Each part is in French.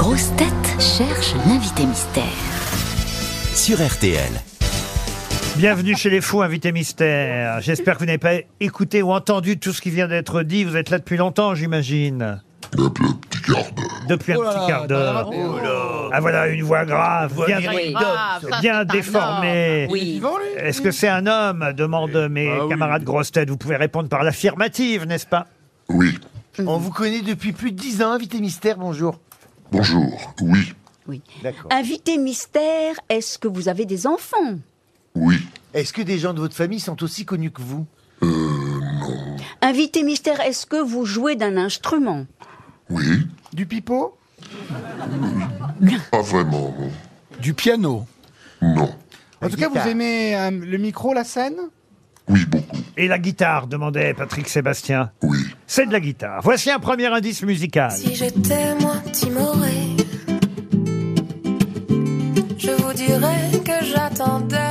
grosses têtes cherchent l'invité mystère. Sur RTL. Bienvenue chez les fous, invité mystère. J'espère que vous n'avez pas écouté ou entendu tout ce qui vient d'être dit. Vous êtes là depuis longtemps, j'imagine. Depuis un petit quart d'heure. Depuis un petit quart d'heure. Ah voilà, une voix grave, bien déformée. Oui. Est-ce que c'est un homme, demandent mes camarades grosses têtes. Vous pouvez répondre par l'affirmative, n'est-ce pas? Oui. On vous connaît depuis plus de 10 ans, invité mystère, bonjour. Bonjour. Oui. Oui. D'accord. Invité mystère, est-ce que vous avez des enfants? Oui. Est-ce que des gens de votre famille sont aussi connus que vous? Non. Invité mystère, est-ce que vous jouez d'un instrument? Oui. Du pipeau? Pas vraiment, non. Du piano? Non. En tout cas, vous aimez le micro, la scène? Oui, beaucoup. Et la guitare, demandait Patrick Sébastien. Oui. C'est de la guitare. Voici un premier indice musical. Si j'étais moi timoré, je vous dirais que j'attendais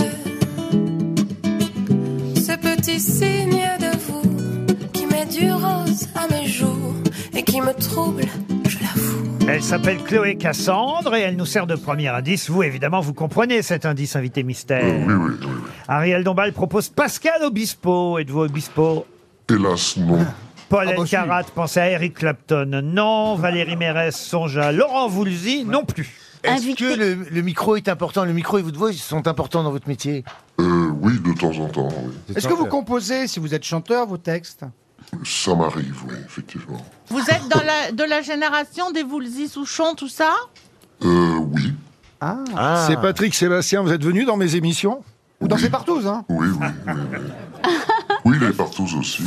ce petit signe de vous qui met du rose à mes joues et qui me trouble, je l'avoue. Elle s'appelle Chloé Cassandre et elle nous sert de premier indice. Vous, évidemment, vous comprenez cet indice, invité mystère. Oui. Ariel Dombal propose Pascal Obispo. Êtes-vous Obispo? Hélas, non. Paul bah, Elkarat pense à Eric Clapton. Non. Valérie Mérès songe à Laurent Voulzy. Non plus. Est-ce Invité- que le micro est important? Le micro et votre voix sont importants dans votre métier? Oui, de temps en temps, oui. Est-ce que vous composez, si vous êtes chanteur, vos textes? Ça m'arrive, oui, effectivement. Vous êtes de la génération des Voulzy, Souchon, tout ça? Oui. Ah. C'est Patrick Sébastien, vous êtes venu dans mes émissions? Ou dans ces partous, hein? Oui. Oui, les partous aussi.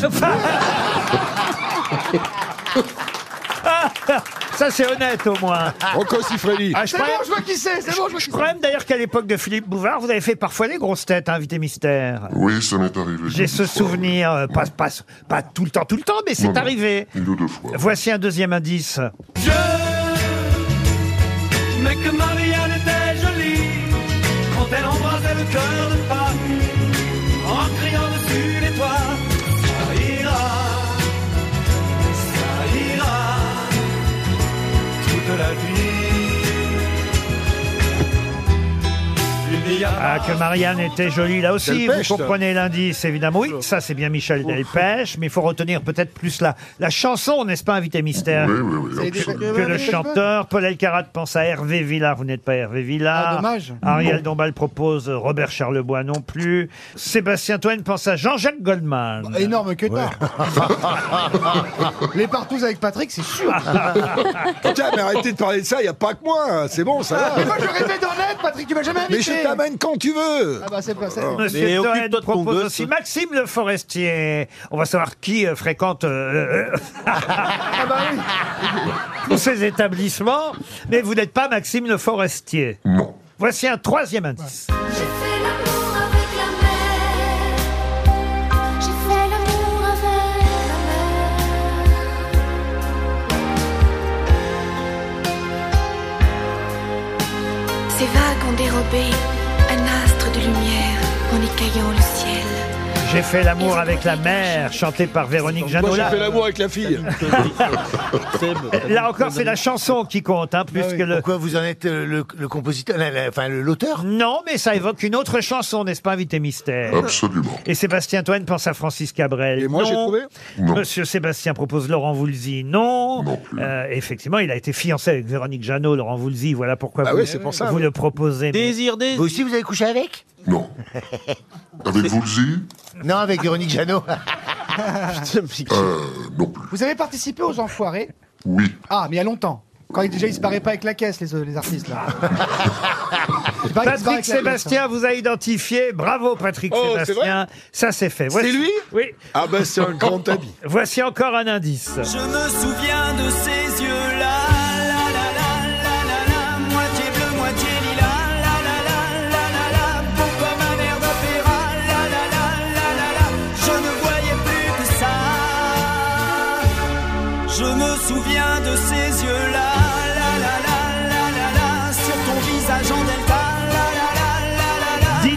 Ça, c'est honnête, au moins. Rocco Siffredi. Ah, je C'est bon, crois- je vois qui c'est, c'est bon, je vois qui je crois même d'ailleurs qu'à l'époque de Philippe Bouvard, vous avez fait parfois les grosses têtes, invité mystère. Oui, ça m'est arrivé. J'ai ce quelques fois, souvenir, pas tout le temps, mais c'est Non, non. arrivé. oui. Une ou deux fois. Voici un deuxième indice. Mais que Marianne était jolie quand elle embrasait le cœur de Paris en criant dessus les toits. Ça ira toute la vie. Il y a Ah, que Marianne était jolie, là aussi, Delpech, vous comprenez l'indice, évidemment. Oui, ça c'est bien Michel Delpech, mais il faut retenir peut-être plus la chanson, n'est-ce pas, invité mystère? Oui, c'est. absolument. Que le chanteur. Paul Elkarat pense à Hervé Villard, vous n'êtes pas Hervé Villard. Ah, dommage. Ariel Dombal propose Robert Charlebois non plus. Sébastien Toen pense à Jean-Jacques Goldman. Énorme que tard. Les partous avec Patrick, c'est sûr. Tiens, mais arrêtez de parler de ça, il n'y a pas que moi. C'est bon, ça va. Moi, je rêvais d'en être, Patrick, tu m'as jamais invité. Mais je t'amène quand tu veux. Ah bah, c'est pas ça. Monsieur Toen propose aussi Maxime Le Forestier. On va savoir qui fréquente Ah bah oui. tous ces établissements, mais vous n'êtes pas Maxime Le Forestier. Non. Voici un troisième indice. J'ai fait l'amour avec la mer. J'ai fait l'amour avec la mer. Ces vagues ont dérobé un astre de lumière en écaillant le ciel. J'ai fait l'amour avec la mer, chanté par Véronique Jeannot. Moi, j'ai Là, fait l'amour avec la fille. là encore, c'est la chanson qui compte, hein, plus que le... Pourquoi vous en êtes le compositeur, enfin l'auteur? Non, mais ça évoque une autre chanson, n'est-ce pas, invité mystère? Absolument. Et Sébastien Toen pense à Francis Cabrel. Et moi, non. j'ai trouvé? Non. Monsieur Sébastien propose Laurent Voulzy. Non. Non plus. Effectivement, il a été fiancé avec Véronique Jeannot, Laurent Voulzy. Voilà pourquoi Ah vous, oui, c'est pour ça, vous oui. le proposez. Vous aussi, vous avez couché avec? Non. Avec Voulzy? Non, avec Véronique Jeannot. Non plus. Vous avez participé aux Enfoirés? Oui. Ah, mais il y a longtemps. Quand déjà, ils se barraient pas avec la caisse, les artistes, là. Il paraît qu'ils se barraient Patrick avec la caisse, Sébastien vous a identifié. Bravo, Patrick Oh, c'est Sébastien. Ça, c'est fait. C'est lui? Oui. Ah ben, c'est un grand ami. Voici encore un indice. Je me souviens de ces yeux-là, la la la la la la, moitié bleu, moitié lilas, la la la la la la, beau comme un air d'opéra, la la la la la la, je ne voyais plus que ça. Je me souviens de ces yeux-là, la la la la la la, sur ton visage en delta, la la la la la la. Didier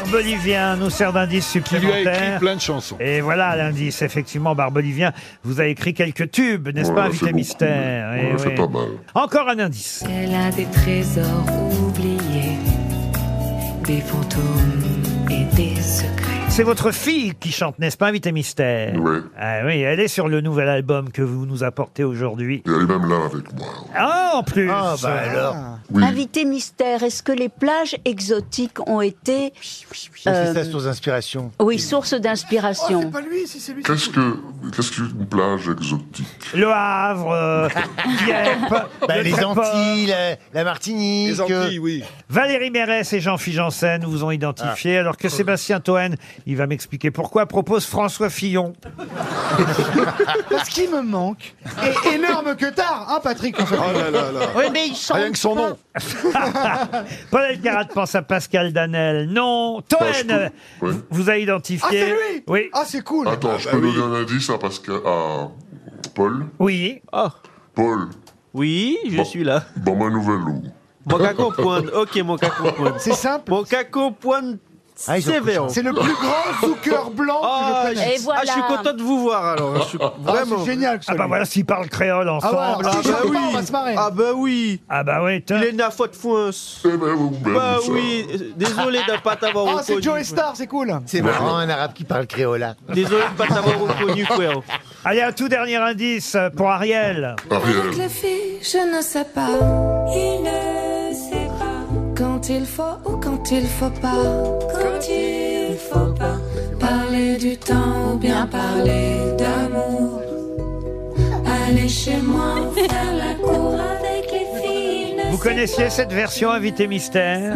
Barbelivien nous sert d'indice Qui lui a supplémentaire. écrit plein de chansons. Et voilà l'indice, effectivement, Barbelivien vous a écrit quelques tubes, n'est-ce pas, Ouais, invité c'est beaucoup. mystère? Ouais, Eh c'est oui. pas mal. Encore un indice. Elle a des trésors oubliés, des fantômes et des secrets. C'est votre fille qui chante, n'est-ce pas, invité mystère? Ouais. Ah oui, elle est sur le nouvel album que vous nous apportez aujourd'hui. Et elle est même là avec moi. Ah, en plus. Ah, bah alors. Oui. Invité mystère, est-ce que les plages exotiques ont été C'est ça, source d'inspiration. oui, source Oh, d'inspiration? c'est pas lui, si c'est lui. Qu'est-ce qu'une plage exotique? Le Havre, Dieppe, le Les Tréport. Antilles, la Martinique. Les Antilles, oui. Valérie Mérès et Jean-Philippe Janssen vous ont identifié, alors que Sébastien Toen, il va m'expliquer pourquoi, propose François Fillon. Parce qu'il me manque. Et énorme que tard, hein, Patrick en fait. Oh là là là. Oui, mais il chante. Rien que son nom. Paul Elkarat pense à Pascal Danel. Non, je Toen peux- ouais. vous a identifié. Ah, c'est lui. Oui. Ah, c'est cool. Attends, je peux donner un indice à Pascal, à Paul. Oui. Paul, Oui, je Bon. suis là. dans ma nouvelle loup. Mon cas comprendre. Ok, mon cas comprendre. C'est simple. Mon cas comprendre. Ah, ils ont sévère. C'est le plus grand Zucker blanc Ah, que je connaisse. Et voilà. je suis content de vous voir alors. Je suis Ah, vraiment. c'est génial que Ah bah voilà, s'ils parlent créole Ah ensemble. ouais, alors, si bah je oui. on va se marrer. Ah bah oui. Ah bah ouais, Il est né à Faute-Fouance. Eh ben, vous Bah ça. oui. Désolé de ne pas t'avoir Ah, reconnu. c'est Joey Star, c'est cool. C'est marrant, un arabe qui parle créole. Désolé de ne pas t'avoir reconnu, frère. Allez, un tout dernier indice pour Ariel. Ariel, Avec les filles, je ne sais pas. Il ne sait pas. Quand il faut ou quand il faut pas. Quand il faut pas. Parler du temps ou bien parler d'amour. Aller chez moi ou faire la cour avec les filles. Vous connaissiez cette version invité mystère?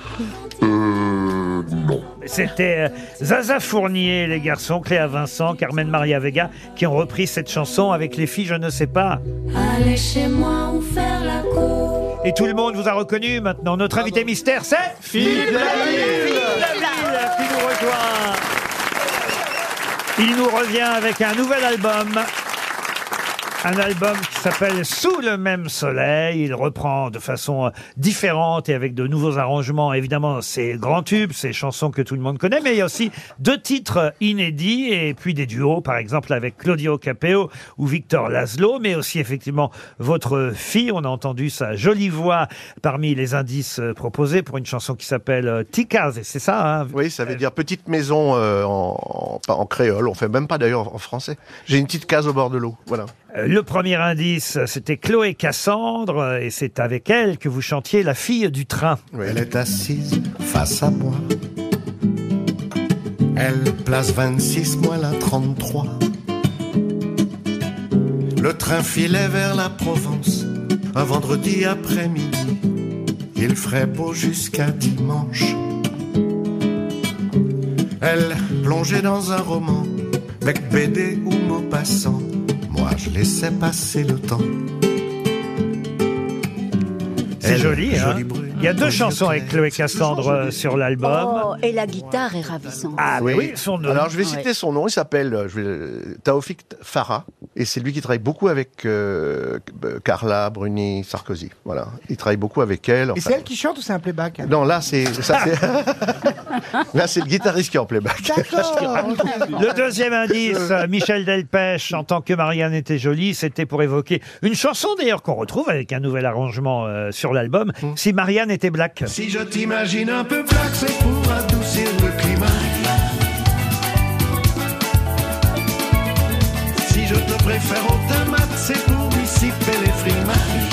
non. C'était Zaza Fournier, les garçons, Cléa Vincent, Carmen Maria Vega, qui ont repris cette chanson avec les filles, je ne sais pas. Aller chez moi ou faire la cour. Et tout le monde vous a reconnu maintenant. Notre invité mystère, c'est Philippe Laville. qui nous rejoint. Il nous revient avec un nouvel album. Un album qui s'appelle Sous le même soleil. Il reprend de façon différente et avec de nouveaux arrangements, évidemment, ses grands tubes, ses chansons que tout le monde connaît, mais il y a aussi 2 titres inédits et puis des duos, par exemple avec Claudio Capeo ou Victor Laszlo, mais aussi effectivement votre fille. On a entendu sa jolie voix parmi les indices proposés pour une chanson qui s'appelle Tikaz, c'est ça, hein? Oui, ça veut dire petite maison en créole. On fait même pas d'ailleurs en français. J'ai une petite case au bord de l'eau. Voilà. Le premier indice, c'était Chloé Cassandre, et c'est avec elle que vous chantiez La fille du train. Elle est assise face à moi. Elle place 26, moi la 33. Le train filait vers la Provence. Un vendredi après-midi. Il ferait beau jusqu'à dimanche. Elle plongeait dans un roman, bec BD ou mot passant. Moi, je laissais passer le temps. C'est Elle, joli, hein? jolie brune, Il y a 2 aux chansons yeux avec clairs. Chloé Cassandre sur l'album. Oh, et la guitare est ravissante. Ah oui, son nom. Alors je vais citer Ouais. son nom, il s'appelle Taoufik Farah, et c'est lui qui travaille beaucoup avec Carla Bruni Sarkozy. Voilà, il travaille beaucoup avec elle. Et enfin. c'est elle qui chante ou c'est un playback? Non, là c'est là c'est le guitariste qui est en playback. D'accord. Le deuxième indice, Michel Delpech, en tant que Marianne était jolie, c'était pour évoquer une chanson d'ailleurs qu'on retrouve avec un nouvel arrangement sur l'album, Si Marianne était black. Si je t'imagine un peu black, c'est pour adoucir le climat. Si je te préfère au tomate, c'est pour dissiper les frimas.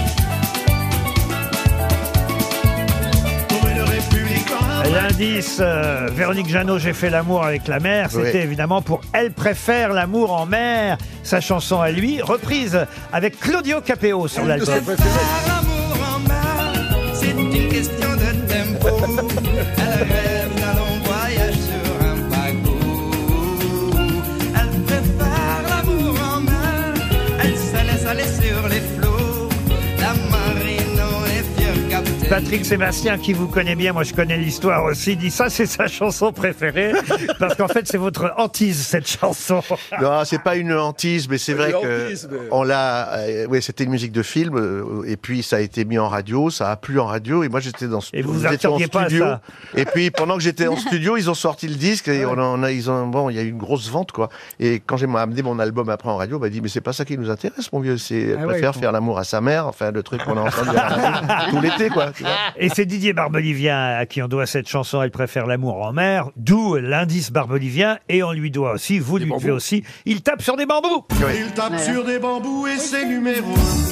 Pour une république en L'indice, Véronique Jeannot, J'ai fait l'amour avec la mer, c'était Oui. évidemment pour Elle préfère l'amour en mer, sa chanson à lui, reprise avec Claudio Capeo sur l'album. L'amour en mer, c'est une question de tempo. Elle rêve d'un long voyage sur un paquebot. Elle préfère l'amour en mer, elle se laisse aller sur les flots. La marino est fière capitaine. Patrick Sébastien, qui vous connaît bien, moi je connais l'histoire aussi, dit ça c'est sa chanson préférée, parce qu'en fait c'est votre hantise cette chanson. Non, c'est pas une hantise, mais c'est vrai que on l'a. Oui, c'était une musique de film, et puis ça a été mis en radio, ça a plu en radio, et moi j'étais dans. Et vous j'étais en attendiez pas à studio. ça. Et puis pendant que j'étais en studio, ils ont sorti le disque, et bon, il y a eu une grosse vente, quoi. Et quand j'ai amené mon album après en radio, on m'a dit mais c'est pas ça qui nous intéresse, mon vieux, c'est elle préfère faire l'amour à sa mère, enfin le truc qu'on a entendu à la radio tout l'été, quoi. Tu vois. Et c'est Didier Barbelivien à qui on doit cette chanson, Elle préfère l'amour en mer, d'où l'indice Barbelivien, et on lui doit aussi, vous lui devez aussi, il tape sur des bambous. Il tape sur des bambous et c'est numéro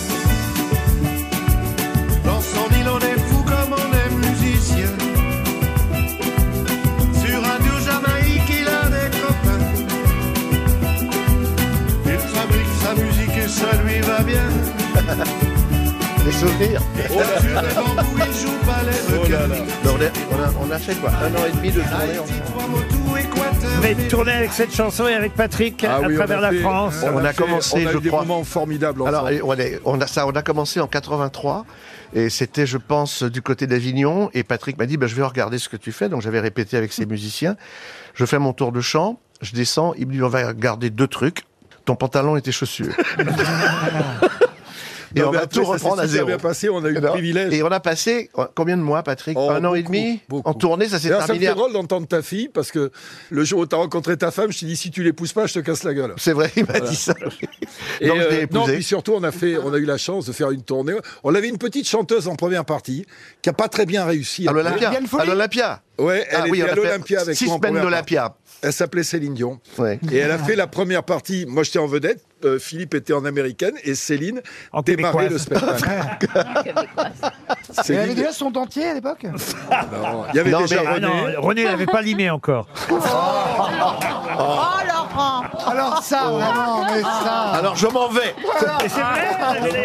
1. Dans son île on est fou comme on est musicien. Sur Radio Jamaïque il a des copains. Il fabrique sa musique et ça lui va bien. Les souvenirs. Sur des bambous il joue pas les requins. On a fait quoi 1 an et demi de tournée ensemble. Vous avez tourné avec cette chanson et avec Patrick à travers la France. On a commencé, je des crois. moments formidables Alors, ensemble. on a commencé en 83. Et c'était, je pense, du côté d'Avignon. Et Patrick m'a dit, je vais regarder ce que tu fais. Donc j'avais répété avec ses musiciens. Je fais mon tour de chant. Je descends. Il me dit, on va regarder 2 trucs. Ton pantalon et tes chaussures. Et on va tout reprendre à zéro. Ça s'est bien passé, on a eu le privilège. Et on a passé combien de mois, Patrick 1 an et demi en tournée, ça s'est terminé. Ça me fait drôle d'entendre ta fille, parce que le jour où tu as rencontré ta femme, je t'ai dit si tu l'épouses pas, je te casse la gueule. C'est vrai, il m'a dit ça. Et donc je l'ai épousé. non, puis surtout, on a eu la chance de faire une tournée. On avait une petite chanteuse en première partie, qui a pas très bien réussi. À l'Olympia. Ouais, elle était à l'Olympia avec 6 moi en semaines première d'Olympia. partie. Elle s'appelait Céline Dion. Ouais. Et elle a fait la première partie. Moi, j'étais en vedette. Philippe était en américaine. Et Céline démarrait le spectacle. Il y avait déjà son dentier à l'époque. Non, il y avait déjà René. Non, René n'avait pas limé encore. Oh, Laurent. Alors ça, vraiment, mais ça. Alors je m'en vais. Et c'est vrai.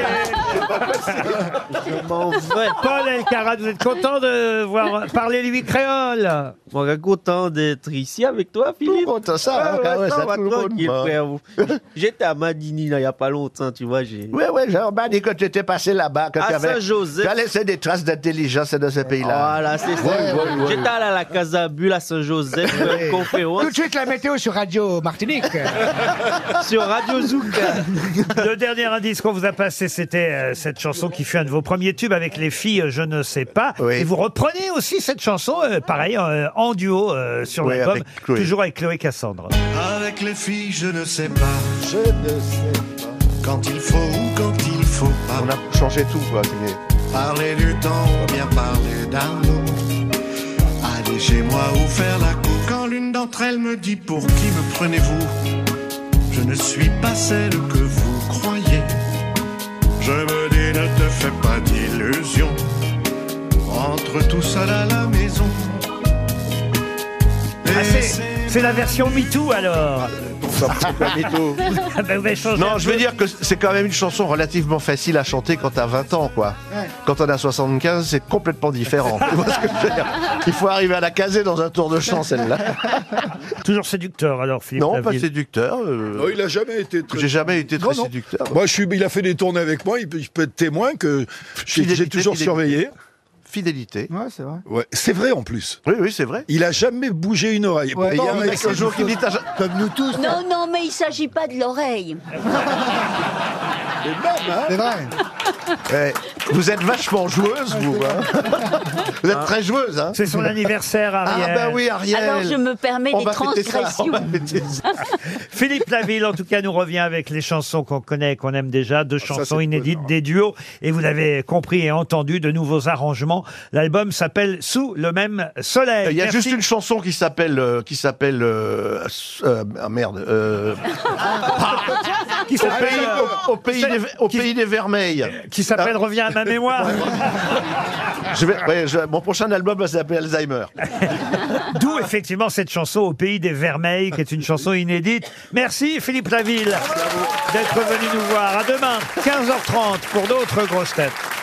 Je m'en vais. Paul Elkarat, vous êtes content de voir parler lui créole? Moi, je suis content d'être ici avec toi, Philippe. Content, ça, ouais, ça ça, va tout le monde, tranquille, moi. frère. J'étais à Madini, il n'y a pas longtemps, tu vois. Ouais, on m'a dit que tu étais passé là-bas, que À tu avais Saint-Joseph. tu as laissé des traces d'intelligence dans ce pays-là. Voilà, c'est ça. J'étais allé à la Casabule à Saint-Joseph, faire une conférence Tout de suite la météo sur Radio Martinique. sur Radio Zouk. Le dernier indice qu'on vous a passé, c'était cette chanson qui fut un de vos premiers tubes avec les filles, je ne sais pas. Oui. Et vous reprenez aussi cette chanson, pareil, en duo sur Oui, l'album, avec Chloé. toujours avec Chloé Cassandre. Avec les filles, je ne sais pas. Je ne sais pas. Quand il faut ou quand il faut pas. On a changé tout, quoi. Mais... Parler du temps ou bien parler d'amour. Aller chez moi ou faire la cour. Quand l'une d'entre elles me dit pour qui me prenez-vous, je ne suis pas celle que vous croyez. Je me dis ne te fais pas d'illusions. Rentre tout seul à la maison. Ah, c'est la version MeToo alors. Ah ben, vous avez changé un Non, je veux peu. dire que c'est quand même une chanson relativement facile à chanter quand t'as 20 ans, quoi. Ouais. Quand on a 75, c'est complètement différent. Tu vois ce que je veux dire ? Il faut arriver à la caser dans un tour de chant, celle-là. Toujours séducteur alors, Philippe Non, pas Laville. séducteur. Non, il a jamais été très... J'ai jamais été très Non. séducteur. Moi, il a fait des tournées avec moi. Il peut être témoin que j'ai toujours surveillé. Fidélité. Ouais, c'est vrai. Ouais, c'est vrai en plus. Oui, c'est vrai. Il a jamais bougé une oreille. Ouais. Et il y a un Non, mec mais c'est Le jour qui me dit, Comme nous tous. Non, mais il s'agit pas de l'oreille. C'est vrai. Ouais. Vous êtes vachement joueuse, vous. Hein. Vous êtes très joueuse, hein. C'est son anniversaire, Ariel. Ah bah oui, Ariel. Alors je me permets On des va fêter ça, transgressions. on va fêter ça. Philippe Laville, en tout cas, nous revient avec les chansons qu'on connaît et qu'on aime déjà, 2 chansons c'est inédites, bonheur. des duos, et vous l'avez compris et entendu, de nouveaux arrangements. L'album s'appelle Sous le même soleil. Il y a Merci. juste une chanson qui s'appelle qui s'appelle qui s'appelle au pays des vermeils. qui s'appelle Revient à ma mémoire. Mon prochain album va s'appeler Alzheimer. D'où effectivement cette chanson Au pays des vermeils, qui est une chanson inédite. Merci Philippe Laville d'être venu nous voir. À demain, 15h30 pour d'autres grosses têtes.